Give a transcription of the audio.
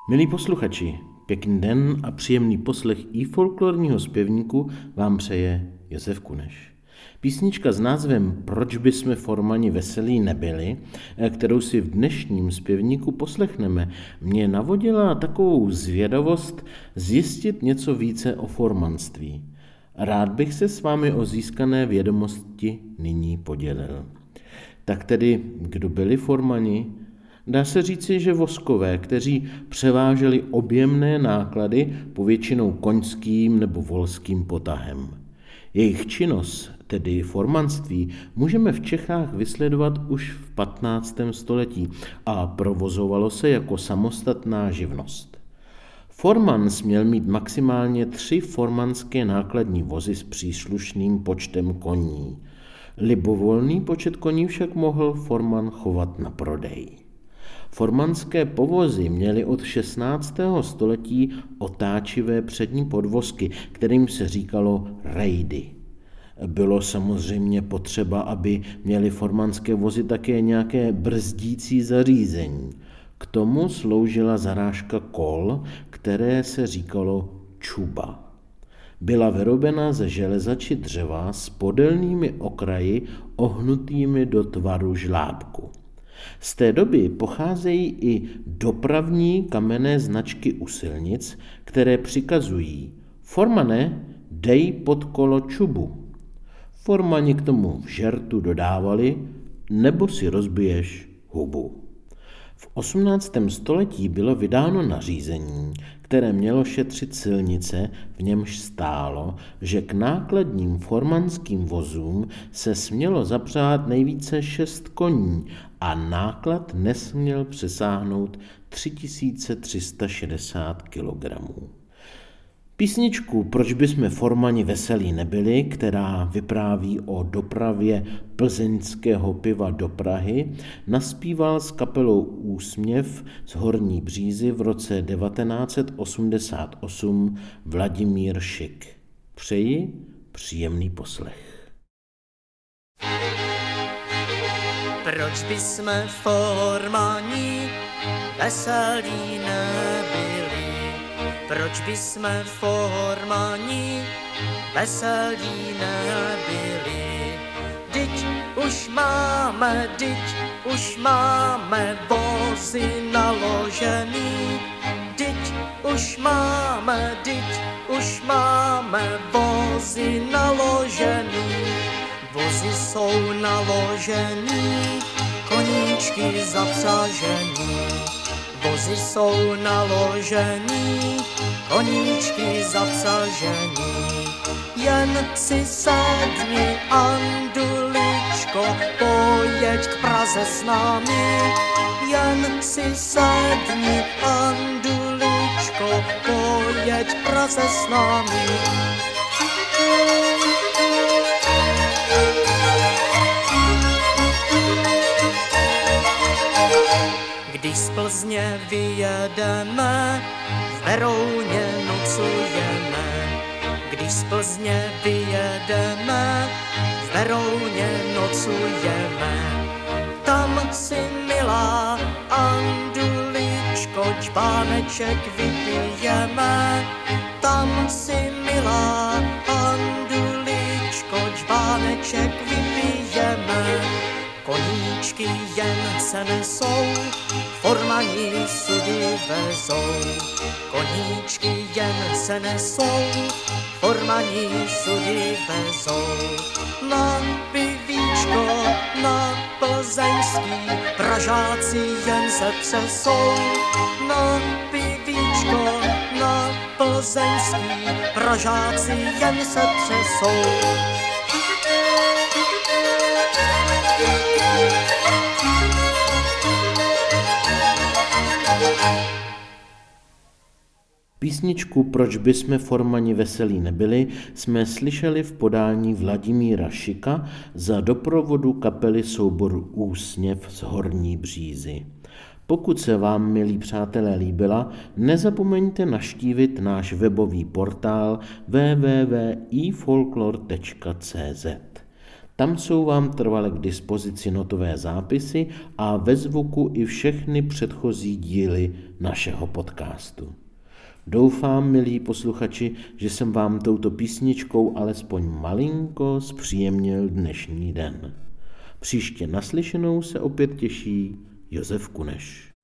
Milí posluchači, pěkný den a příjemný poslech i folklorního zpěvníku vám přeje Josef Kuneš. Písnička s názvem Proč by jsme formani veselí nebyli, kterou si v dnešním zpěvníku poslechneme, mě navodila takovou zvědavost zjistit něco více o formanství. Rád bych se s vámi o získané vědomosti nyní podělil. Tak tedy, kdo byli formani? Dá se říci, že voskové, kteří převáželi objemné náklady povětšinou koňským nebo volským potahem. Jejich činnost, tedy formanství, můžeme v Čechách vysledovat už v 15. století a provozovalo se jako samostatná živnost. Forman směl mít maximálně 3 formanské nákladní vozy s příslušným počtem koní. Libovolný počet koní však mohl forman chovat na prodej. Formanské povozy měly od 16. století otáčivé přední podvozky, kterým se říkalo rejdy. Bylo samozřejmě potřeba, aby měly formanské vozy také nějaké brzdící zařízení. K tomu sloužila zarážka kol, které se říkalo čuba. Byla vyrobena ze železa či dřeva s podélnými okraji ohnutými do tvaru žlábku. Z té doby pocházejí i dopravní kamenné značky u silnic, které přikazují: Formane, dej pod kolo čubu. Formani k tomu v žertu dodávali: nebo si rozbiješ hubu. V 18. století bylo vydáno nařízení, které mělo šetřit silnice, v němž stálo, že k nákladním formanským vozům se smělo zapřát nejvíce 6 koní a náklad nesměl přesáhnout 3360 kg. Písničku Proč by jsme formani veselí nebyli, která vypráví o dopravě plzeňského piva do Prahy, naspíval s kapelou Úsměv z Horní Břízy v roce 1988 Vladimír Šik. Přeji příjemný poslech. Proč by jsme formani veselí nebyli? Proč by jsme formani veselí nebyli? Dyť už máme vozy naložený. Dyť už máme vozy naložený. Vozy jsou naložený, koníčky zapřažený. Vozy jsou naložený, koníčky zapřažený. Jen si sedni, Anduličko, pojeď k Praze s námi. Jen si sedni, Anduličko, pojeď k Praze s námi. Když z Plzně vyjedeme, v Berouně nocujeme. Když z Plzně vyjedeme, v Berouně nocujeme. Tam si milá Anduličko, čbáneček vypijeme. Tam si milá Anduličko, čbáneček vypijeme. Koníčky jen se nesou, formani sudy vezou. Koníčky jen se nesou, formani sudy vezou. Na pivíčko, na plzeňský, Pražáci jen se přesou. Na pivíčko, na plzeňský, Pražáci jen se přesou. Písničku Proč by jsme formani veselí nebyli jsme slyšeli v podání Vladimíra Šika za doprovodu kapely souboru Úsměv z Horní Břízy. Pokud se vám, milí přátelé, líbila, nezapomeňte navštívit náš webový portál www.ifolklor.cz. Tam jsou vám trvale k dispozici notové zápisy a ve zvuku i všechny předchozí díly našeho podcastu. Doufám, milí posluchači, že jsem vám touto písničkou alespoň malinko zpříjemnil dnešní den. Příště naslyšenou se opět těší Josef Kuneš.